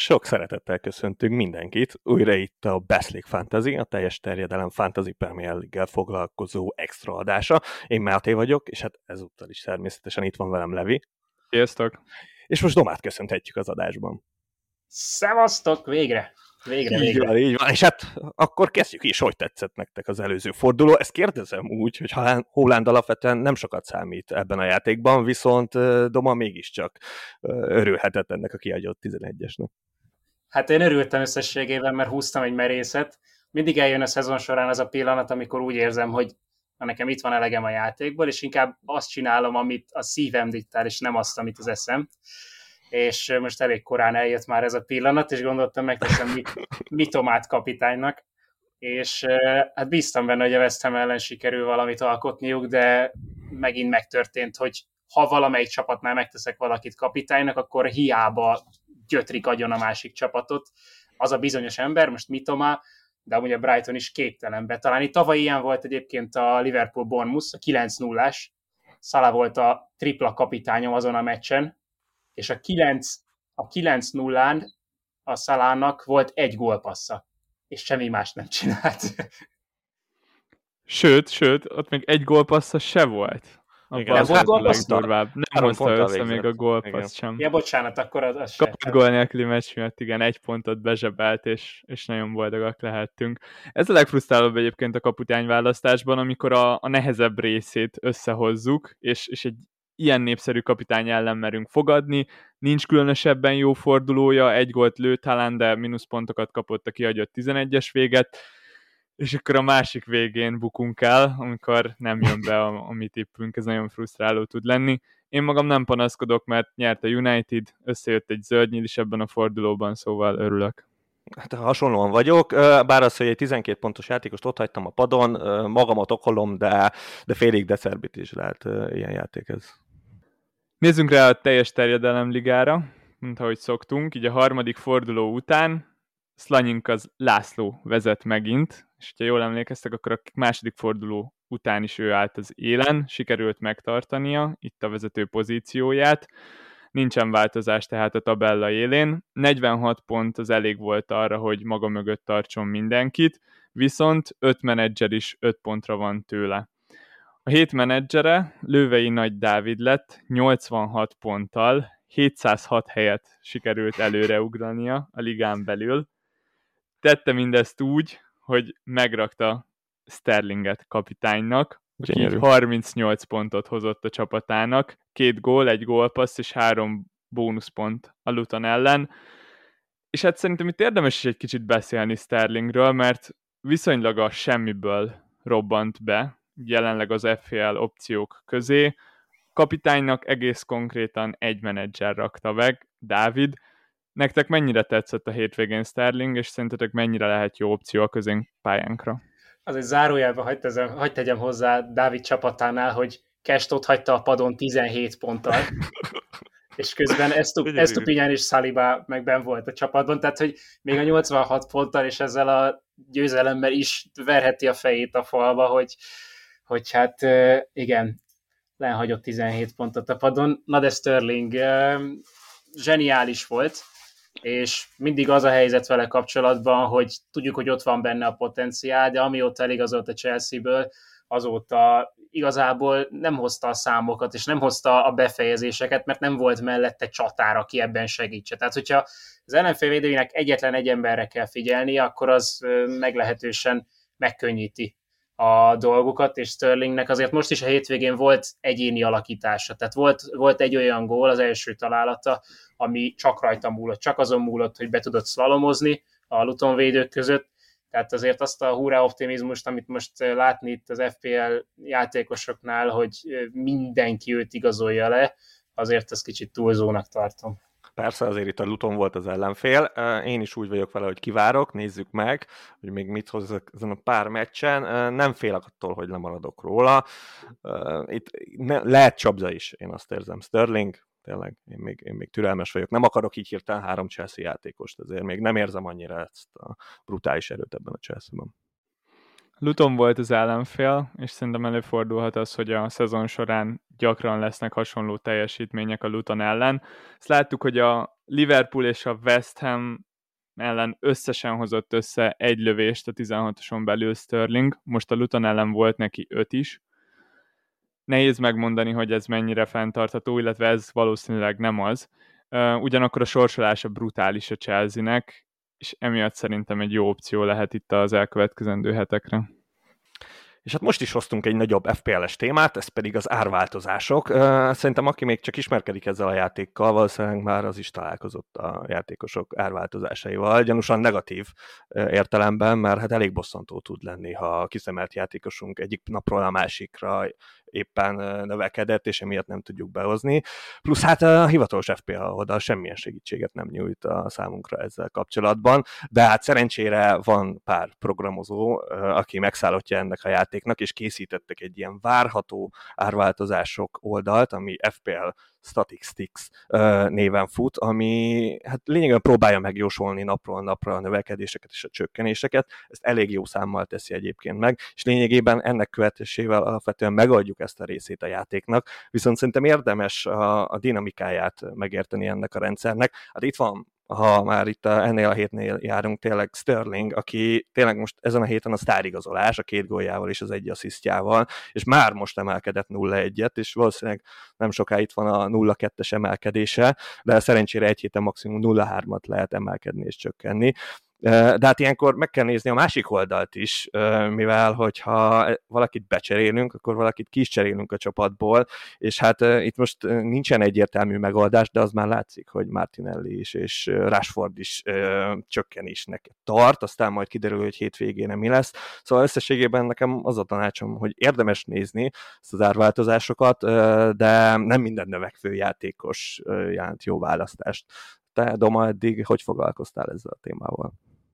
Sok szeretettel köszöntünk mindenkit, újra itt a Best League Fantasy, a teljes terjedelem Fantasy Premier League-gel foglalkozó extra adása. Én Máté vagyok, és hát ezúttal is természetesen itt van velem Levi. Sziasztok! És most Domát köszönhetjük az adásban. Szevasztok, végre! Így van, és hát akkor kezdjük is, hogy tetszett nektek az előző forduló. Ezt kérdezem úgy, hogy Haaland alapvetően nem sokat számít ebben a játékban, viszont Doma mégiscsak örülhetett ennek a kihagyott 11-esnek. Hát én örültem összességében, mert húztam egy merészet. Mindig eljön a szezon során az a pillanat, amikor úgy érzem, hogy nekem itt van elegem a játékból, és inkább azt csinálom, amit a szívem diktál, és nem azt, amit az eszem. És most elég korán eljött már ez a pillanat, és gondoltam, megteszem Mitomát kapitánynak, és hát bíztam benne, hogy a West Ham ellen sikerül valamit alkotniuk, de megint megtörtént, hogy ha valamelyik csapatnál megteszek valakit kapitánynak, akkor hiába gyötrik agyon a másik csapatot. Az a bizonyos ember, most Mitoma, de amúgy a Brighton is képtelen betalálni. Tavaly ilyen volt egyébként a Liverpool-Bournemouth, a 9-0-ás. Salah volt a tripla kapitányom azon a meccsen, és a 9-0-án a Salahnak volt egy gólpassza, és semmi más nem csinált. Sőt, ott még egy gólpassza se volt. Igen, az volt legdurvább. Nem hozta össze még a gólpaszt sem. Ja, bocsánat, akkor az se. Kapott gól nélküli meccs miatt, igen, egy pontot bezsebelt, és nagyon boldogak lehettünk. Ez a legfrusztrálóbb egyébként a kapitányválasztásban, amikor a nehezebb részét összehozzuk, és egy ilyen népszerű kapitány ellen merünk fogadni, nincs különösebben jó fordulója, egy gólt lőtt Haaland, de mínuszpontokat kapott a kihagyott 11-es véget, és akkor a másik végén bukunk el, amikor nem jön be a mi tippünk, ez nagyon frusztráló tud lenni. Én magam nem panaszkodok, mert nyert a United, összejött egy zöldnyíl is ebben a fordulóban, szóval örülök. Hát hasonlóan vagyok, bár az, hogy egy 12 pontos játékost ott hagytam a padon, magamat okolom, de félig Decerbit is lehet ilyen játék ez. Nézzünk rá a teljes terjedelem ligára, mint ahogy szoktunk, így a harmadik forduló után Slanyink az László vezet megint, és ha jól emlékeztek, akkor a második forduló után is ő állt az élen, sikerült megtartania itt a vezető pozícióját, nincsen változás tehát a tabella élén, 46 pont az elég volt arra, hogy maga mögött tartson mindenkit, viszont 5 menedzser is 5 pontra van tőle. A 7 menedzsere Lővei Nagy Dávid lett 86 ponttal, 706 helyet sikerült előreugrania a ligán belül. Tette mindezt úgy, hogy megrakta Sterlinget kapitánynak, aki 38 pontot hozott a csapatának, 2 gól, 1 gólpassz és 3 bónuszpont a Luton ellen. És hát szerintem itt érdemes is egy kicsit beszélni Sterlingről, mert viszonylag a semmiből robbant be, jelenleg az FPL opciók közé. Kapitánynak egész konkrétan egy menedzser rakta meg, Dávid. Nektek mennyire tetszett a hétvégén Sterling, és szerintetek mennyire lehet jó opció a közénk pályánkra? Az egy zárójelben hagyd tegyem hozzá Dávid csapatánál, hogy Kest ott hagyta a padon 17 ponttal, és közben Estupiñán és Saliba meg benn volt a csapatban, tehát hogy még a 86 ponttal és ezzel a győzelemmel is verheti a fejét a falba, hogy hát igen, lehagyott 17 pontot a padon. Na de Sterling zseniális volt, és mindig az a helyzet vele kapcsolatban, hogy tudjuk, hogy ott van benne a potenciál, de amióta eligazolt a Chelsea-ből, azóta igazából nem hozta a számokat, és nem hozta a befejezéseket, mert nem volt mellette csatár, aki ebben segítse. Tehát, hogyha az ellenfél védőinek egyetlen egy emberre kell figyelni, akkor az meglehetősen megkönnyíti a dolgokat, és Sterlingnek azért most is a hétvégén volt egyéni alakítása, tehát volt egy olyan gól, az első találata, ami csak rajta múlott, csak azon múlott, hogy be tudott szlalomozni a Luton védők között, tehát azért azt a hurrá optimizmust, amit most látni itt az FPL játékosoknál, hogy mindenki őt igazolja le, azért ezt kicsit túlzónak tartom. Persze, azért itt a Luton volt az ellenfél. Én is úgy vagyok vele, hogy kivárok, nézzük meg, hogy még mit hoz ezen a pár meccsen. Nem félek attól, hogy lemaradok róla. Itt lehet csapda is, én azt érzem. Sterling, tényleg, én még türelmes vagyok. Nem akarok így hirtelen 3 Chelsea játékost, ezért még nem érzem annyira ezt a brutális erőt ebben a Chelsea-ban. Luton volt az ellenfél, és szerintem előfordulhat az, hogy a szezon során gyakran lesznek hasonló teljesítmények a Luton ellen. Ezt láttuk, hogy a Liverpool és a West Ham ellen összesen hozott össze egy lövést a 16-oson belül Sterling, most a Luton ellen volt neki 5 is. Nehéz megmondani, hogy ez mennyire fenntartható, illetve ez valószínűleg nem az. Ugyanakkor a sorsolása brutális a Chelsea-nek, és emiatt szerintem egy jó opció lehet itt az elkövetkezendő hetekre. És hát most is hoztunk egy nagyobb FPL-es témát, ez pedig az árváltozások. Szerintem aki még csak ismerkedik ezzel a játékkal, valószínűleg már az is találkozott a játékosok árváltozásaival, gyanúsan negatív értelemben, mert hát elég bosszantó tud lenni, ha a kiszemelt játékosunk egyik napról a másikra éppen növekedett, és emiatt nem tudjuk behozni. Plusz hát a hivatalos FPL oldal semmilyen segítséget nem nyújt a számunkra ezzel kapcsolatban, de hát szerencsére van pár programozó, aki megszállottja ennek a játéknak, és készítettek egy ilyen várható árváltozások oldalt, ami FPL Statistics néven fut, ami hát lényegében próbálja megjósolni napról napra a növekedéseket és a csökkenéseket, ezt elég jó számmal teszi egyébként meg, és lényegében ennek követésével alapvetően megadjuk ezt a részét a játéknak, viszont szerintem érdemes a dinamikáját megérteni ennek a rendszernek. Hát itt van, ha már itt ennél a hétnél járunk, tényleg Sterling, aki tényleg most ezen a héten a sztárigazolás, a 2 góljával és az 1 asszisztjával, és már most emelkedett 0-1-et, és valószínűleg nem soká itt van a 0-2-es emelkedése, de szerencsére egy héten maximum 0-3-at lehet emelkedni és csökkenni. De hát ilyenkor meg kell nézni a másik oldalt is, mivel hogyha valakit becserélünk, akkor valakit ki is cserélünk a csapatból, és hát itt most nincsen egyértelmű megoldás, de az már látszik, hogy Martinelli is és Rashford is csökkenésnek tart, aztán majd kiderül, hogy hétvégén mi lesz. Szóval összességében nekem az a tanácsom, hogy érdemes nézni ezt az árváltozásokat, de nem minden növekvő játékos jelent jó választást. Te, Doma, eddig hogy foglalkoztál ezzel a témával?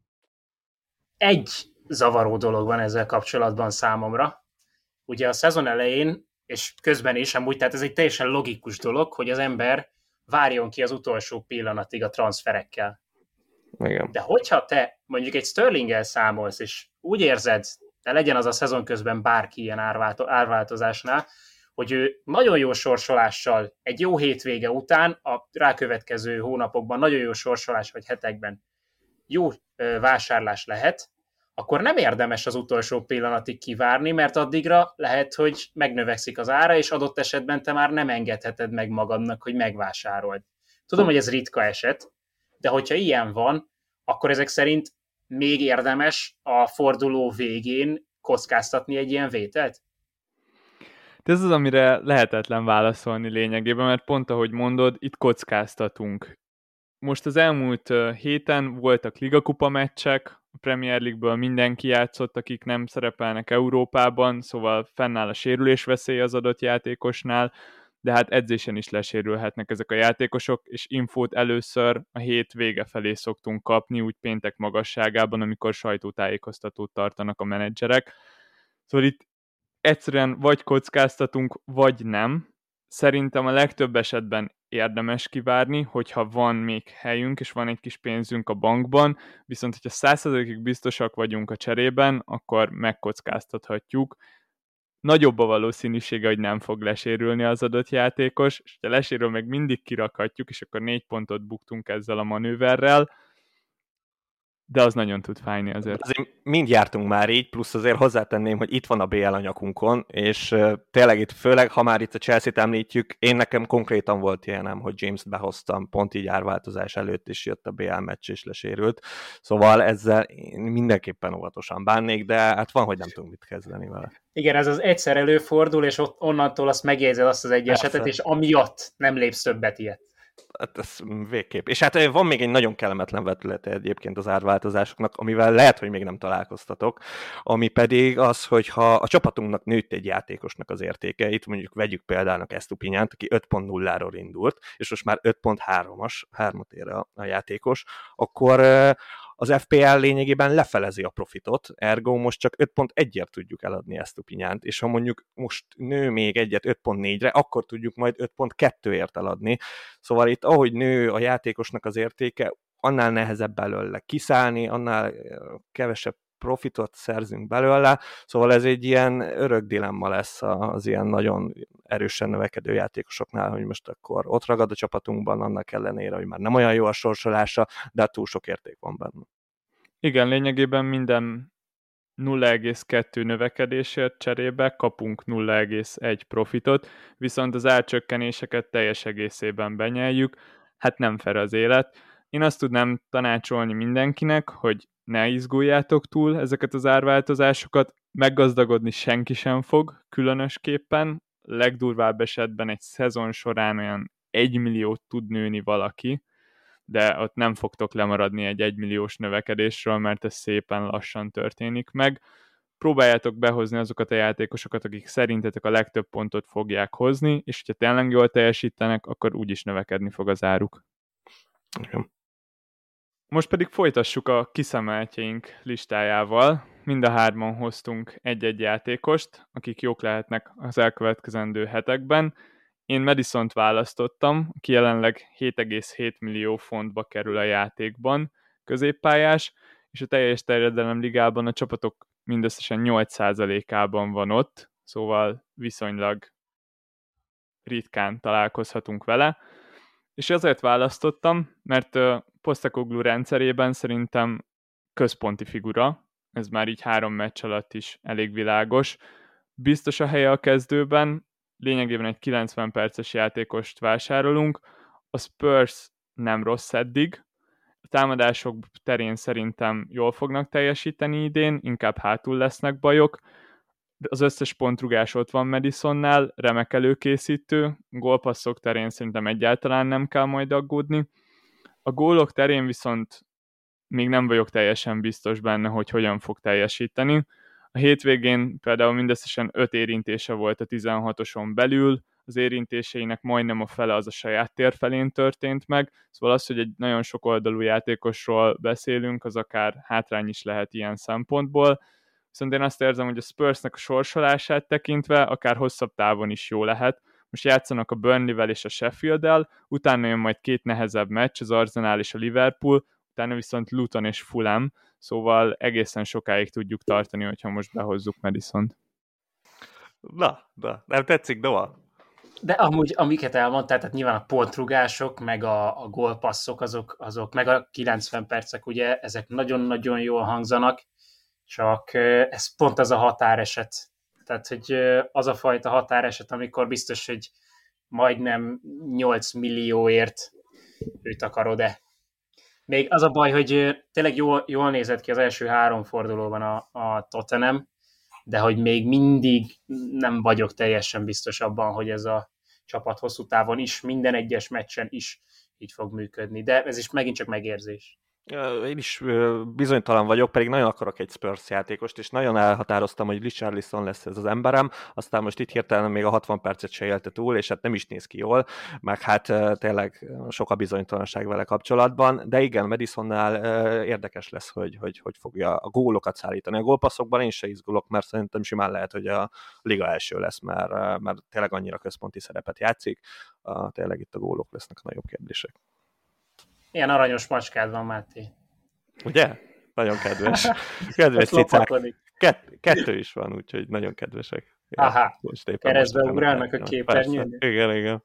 Egy zavaró dolog van ezzel kapcsolatban számomra. Ugye a szezon elején, és közben is amúgy, tehát ez egy teljesen logikus dolog, hogy az ember várjon ki az utolsó pillanatig a transferekkel. Igen. De hogyha te mondjuk egy Sterlinggel számolsz, és úgy érzed, de legyen az a szezon közben bárki ilyen árváltozásnál, hogy ő nagyon jó sorsolással egy jó hétvége után, a rákövetkező hónapokban nagyon jó sorsolás vagy hetekben jó vásárlás lehet, akkor nem érdemes az utolsó pillanatig kivárni, mert addigra lehet, hogy megnövekszik az ára, és adott esetben te már nem engedheted meg magadnak, hogy megvásárold. Tudom, hogy ez ritka eset, de hogyha ilyen van, akkor ezek szerint még érdemes a forduló végén kockáztatni egy ilyen vételt? Ez az, amire lehetetlen válaszolni lényegében, mert pont ahogy mondod, itt kockáztatunk. Most az elmúlt héten voltak ligakupa meccsek, a Premier League-ből mindenki játszott, akik nem szerepelnek Európában, szóval fennáll a sérülés veszély az adott játékosnál, de hát edzésen is lesérülhetnek ezek a játékosok, és infót először a hét vége felé szoktunk kapni, úgy péntek magasságában, amikor sajtótájékoztatót tartanak a menedzserek. Szóval itt egyszerűen vagy kockáztatunk, vagy nem. Szerintem a legtöbb esetben érdemes kivárni, hogyha van még helyünk, és van egy kis pénzünk a bankban, viszont hogyha 100%-ig biztosak vagyunk a cserében, akkor megkockáztathatjuk. Nagyobb a valószínűsége, hogy nem fog lesérülni az adott játékos, és ha lesérül, meg mindig kirakhatjuk, és akkor 4 pontot buktunk ezzel a manőverrel, de az nagyon tud fájni azért. Azért mind jártunk már így, plusz azért hozzátenném, hogy itt van a BL a nyakunkon, és tényleg itt, főleg ha már itt a Chelsea-t említjük, én nekem konkrétan volt ilyenem, hogy James-t behoztam, pont így árváltozás előtt is jött a BL meccs és lesérült, szóval ezzel én mindenképpen óvatosan bánnék, de hát van, hogy nem tudunk mit kezdeni vele. Igen, ez az egyszer előfordul, és onnantól azt megjegyzed azt az egy esetet, és amiatt nem lépsz többet ilyet. Hát ez végképp. És hát van még egy nagyon kellemetlen vetülete egyébként az árváltozásoknak, amivel lehet, hogy még nem találkoztatok, ami pedig az, hogy ha a csapatunknak nőtt egy játékosnak az értéke, itt mondjuk vegyük példának Estupiñánt, aki 5.0-ról indult, és most már 5.3-at ér a játékos, akkor az FPL lényegében lefelezi a profitot, ergo most csak 5.1-ért tudjuk eladni Estupiñánt, és ha mondjuk most nő még egyet 5.4-re, akkor tudjuk majd 5.2-ért eladni. Szóval itt ahogy nő a játékosnak az értéke, annál nehezebb belőle kiszállni, annál kevesebb profitot szerzünk belőle, szóval ez egy ilyen örök dilemma lesz az ilyen nagyon erősen növekedő játékosoknál, hogy most akkor ott ragad a csapatunkban, annak ellenére, hogy már nem olyan jó a sorsolása, de túl sok érték van benne. Igen, lényegében minden 0,2 növekedésért cserébe kapunk 0,1 profitot, viszont az árcsökkenéseket teljes egészében benyeljük, hát nem fair az élet. Én azt tudnám tanácsolni mindenkinek, hogy ne izguljátok túl ezeket az árváltozásokat, meggazdagodni senki sem fog, különösképpen, legdurvább esetben egy szezon során olyan 1 milliót tud nőni valaki, de ott nem fogtok lemaradni egy 1 milliós növekedésről, mert ez szépen lassan történik meg. Próbáljátok behozni azokat a játékosokat, akik szerintetek a legtöbb pontot fogják hozni, és hogyha tényleg jól teljesítenek, akkor úgyis növekedni fog az áruk. Igen. Most pedig folytassuk a kiszemeltjeink listájával. Mind a hárman hoztunk egy-egy játékost, akik jók lehetnek az elkövetkezendő hetekben. Én Madisont választottam, aki jelenleg 7,7 millió fontba kerül a játékban, középpályás, és a teljes terjedelem ligában a csapatok mindösszesen 8%-ában van ott, szóval viszonylag ritkán találkozhatunk vele. És azért választottam, mert Postecoglou rendszerében szerintem központi figura, ez már így 3 meccs alatt is elég világos. Biztos a helye a kezdőben, lényegében egy 90 perces játékost vásárolunk, a Spurs nem rossz eddig, a támadások terén szerintem jól fognak teljesíteni idén, inkább hátul lesznek bajok, az összes pontrugás ott van Madisonnál, remek előkészítő, gólpasszok terén szerintem egyáltalán nem kell majd aggódni. A gólok terén viszont még nem vagyok teljesen biztos benne, hogy hogyan fog teljesíteni. A hétvégén például mindösszesen 5 érintése volt a 16-oson belül, az érintéseinek majdnem a fele az a saját tér felén történt meg, szóval az, hogy egy nagyon sokoldalú játékosról beszélünk, az akár hátrány is lehet ilyen szempontból. Viszont én azt érzem, hogy a Spursnek a sorsolását tekintve akár hosszabb távon is jó lehet. Most játszanak a Burnley-vel és a Sheffield-el, utána jön majd 2 nehezebb meccs, az Arsenal és a Liverpool, utána viszont Luton és Fulham, szóval egészen sokáig tudjuk tartani, hogyha most behozzuk Madisont. Na, nem tetszik, Noah? De amúgy, amiket elmondtál, tehát nyilván a pontrugások, meg a gólpasszok, azok, meg a 90 percek, ugye, ezek nagyon-nagyon jól hangzanak, csak ez pont az a határeset. Tehát, hogy az a fajta határeset, amikor biztos, hogy majdnem 8 millióért őt akarod-e. Még az a baj, hogy tényleg jól nézett ki az első 3 fordulóban a Tottenham, de hogy még mindig nem vagyok teljesen biztos abban, hogy ez a csapat hosszú távon is, minden egyes meccsen is így fog működni. De ez is megint csak megérzés. Én is bizonytalan vagyok, pedig nagyon akarok egy Spurs játékost, és nagyon elhatároztam, hogy Richarlison lesz ez az emberem, aztán most itt hirtelen még a 60 percet se élte túl, és hát nem is néz ki jól, meg hát tényleg sok a bizonytalanság vele kapcsolatban, de igen, Madisonnál érdekes lesz, hogy fogja a gólokat szállítani. A gólpasszokban én se izgulok, mert szerintem simán lehet, hogy a liga első lesz, mert tényleg annyira központi szerepet játszik, tényleg itt a gólok lesznek a nagyobb kérdések. Ilyen aranyos macskád van, Máté. Ugye? Nagyon kedves. Kedves cicák. 2 is van, úgyhogy nagyon kedvesek. Aha, keresztbe ugrálnak a képernyőn. Igen.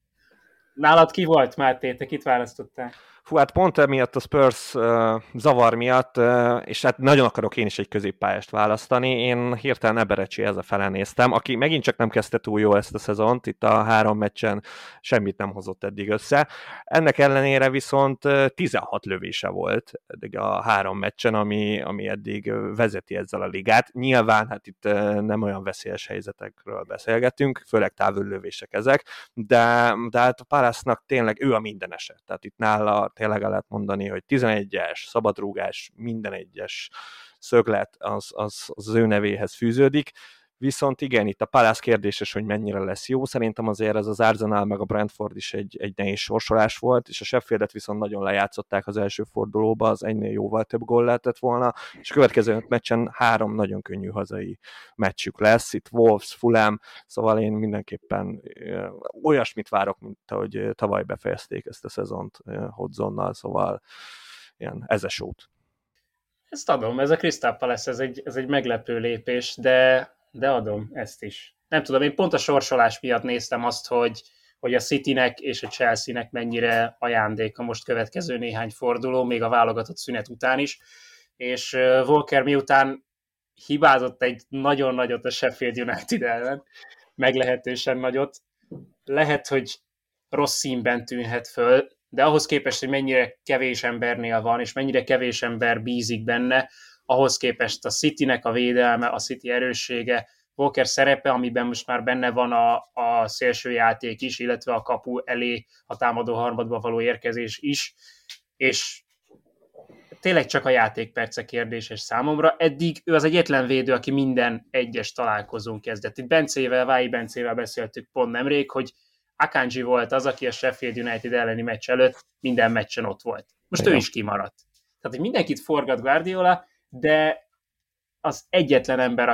Nálad ki volt, Máté? Te kit választottál? Fú, hát pont emiatt a Spurs zavar miatt, és hát nagyon akarok én is egy középpályást választani. Én hirtelen Eberecsihez a fele néztem, aki megint csak nem kezdte túl jó ezt a szezont, itt a 3 meccsen semmit nem hozott eddig össze. Ennek ellenére viszont 16 lövése volt eddig a 3 meccsen, ami eddig vezeti ezzel a ligát. Nyilván hát itt nem olyan veszélyes helyzetekről beszélgetünk, főleg távollövések ezek, de hát a Palace-nak tényleg ő a minden eset. Tehát itt nála tényleg el lehet mondani, hogy 11-es, szabadrúgás, minden egyes szöglet az ő nevéhez fűződik. Viszont igen, itt a Palace kérdéses, hogy mennyire lesz jó. Szerintem azért ez az Arsenal meg a Brentford is egy nehéz sorsolás volt, és a Sheffieldet viszont nagyon lejátszották az első fordulóba, az egynél jóval több gól lehetett volna, és a következő meccsen 3 nagyon könnyű hazai meccsük lesz. Itt Wolves, Fulham, szóval én mindenképpen olyasmit várok, mint ahogy tavaly befejezték ezt a szezont Hodzonnal, szóval ilyen ezesót. Ezt adom, ez a Crystal Palace, ez egy meglepő lépés, de adom ezt is. Nem tudom, én pont a sorsolás miatt néztem azt, hogy a Citynek és a Chelsea-nek mennyire ajándék a most következő néhány forduló, még a válogatott szünet után is, és Walker miután hibázott egy nagyon nagyot a Sheffield United ellen, meglehetősen nagyot, lehet, hogy rossz színben tűnhet föl, de ahhoz képest, hogy mennyire kevés embernél van, és mennyire kevés ember bízik benne, ahhoz képest a Citynek a védelme, a City erőssége, Walker szerepe, amiben most már benne van a szélsőjáték is, illetve a kapu elé a támadó harmadba való érkezés is, és tényleg csak a játékperce kérdéses számomra. Eddig ő az egyetlen védő, aki minden egyes találkozón kezdett. Itt Vái Bencével beszéltük pont nemrég, hogy Akanji volt az, aki a Sheffield United elleni meccs előtt minden meccsen ott volt. Most ő is kimaradt. Tehát, hogy mindenkit forgat Guardiola, de az egyetlen ember,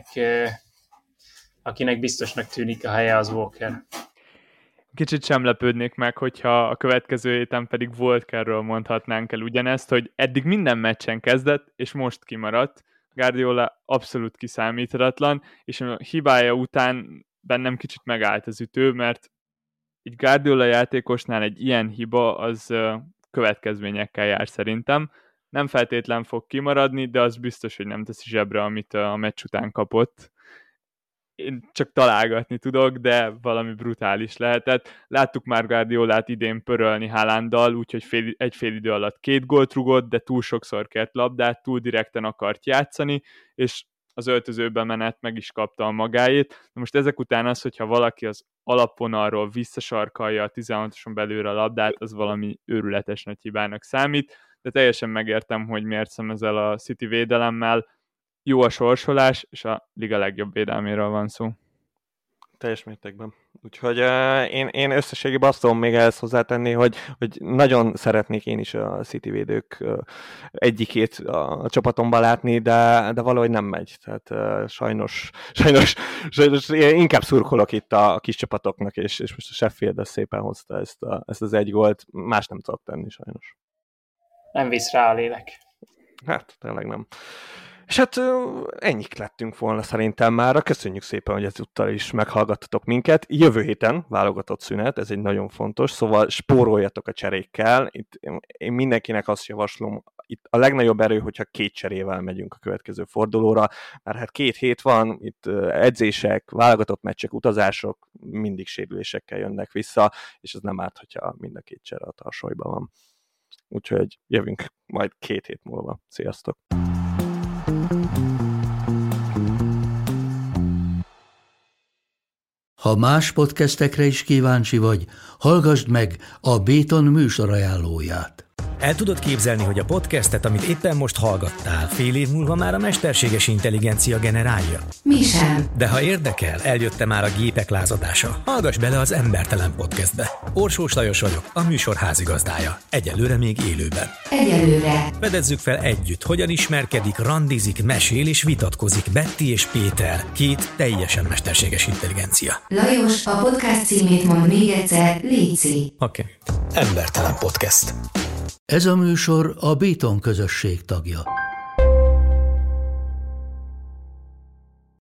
akinek biztosnak tűnik a helye, az Walker. Kicsit sem lepődnék meg, hogyha a következő héten pedig Walkerről mondhatnánk el ugyanezt, hogy eddig minden meccsen kezdett, és most kimaradt. Guardiola abszolút kiszámíthatatlan, és a hibája után bennem kicsit megállt az ütő, mert egy Guardiola játékosnál egy ilyen hiba az következményekkel jár szerintem. Nem feltétlen fog kimaradni, de az biztos, hogy nem teszi zsebre, amit a meccs után kapott. Én csak találgatni tudok, de valami brutális lehetett. Láttuk már Guardiolát idén pörölni Haalanddal, úgyhogy egy fél idő alatt 2 gólt rugott, de túl sokszor kért labdát, túl direkten akart játszani, és az öltözőbe menet meg is kapta a magáét. Na most ezek után az, hogyha valaki az alapvonalról visszasarkalja a 16-oson belőle a labdát, az valami őrületes nagy hibának számít, de teljesen megértem, hogy miért szemezel a City védelemmel. Jó a sorsolás, és a liga legjobb védelméről van szó. Teljes mértékben. Úgyhogy én összességében azt tudom még ehhez hozzátenni, hogy nagyon szeretnék én is a City védők egyikét a csapatomban látni, de valahogy nem megy. Tehát sajnos inkább szurkolok itt a kis csapatoknak, és most a Sheffield szépen hozta ezt az egy gólt. Más nem tudok tenni sajnos. Nem visz rá a lélek. Hát, tényleg nem. És hát ennyik lettünk volna szerintem mára. Köszönjük szépen, hogy ezúttal is meghallgattatok minket. Jövő héten válogatott szünet, ez egy nagyon fontos, szóval spóroljatok a cserékkel. Itt én mindenkinek azt javaslom, itt a legnagyobb erő, hogyha 2 cserével megyünk a következő fordulóra, mert hát 2 hét van, itt edzések, válogatott meccsek, utazások, mindig sérülésekkel jönnek vissza, és ez nem árt, hogyha mind a 2 csere a tarsolyban van. Úgyhogy jövünk majd 2 hét múlva. Sziasztok! Ha más podcastekre is kíváncsi vagy, hallgassd meg a Béton műsor ajánlóját. El tudod képzelni, hogy a podcastet, amit éppen most hallgattál, fél év múlva már a mesterséges intelligencia generálja? Mi sem. De ha érdekel, eljött már a gépek lázadása. Hallgass bele az Embertelen Podcastbe. Orsós Lajos vagyok, a műsor házigazdája. Egyelőre még élőben. Egyelőre. Fedezzük fel együtt, hogyan ismerkedik, randizik, mesél és vitatkozik Betty és Péter, 2 teljesen mesterséges intelligencia. Lajos, a podcast címét mond még egyszer, léci. Oké. Embertelen Podcast. Ez a műsor a Béton közösség tagja.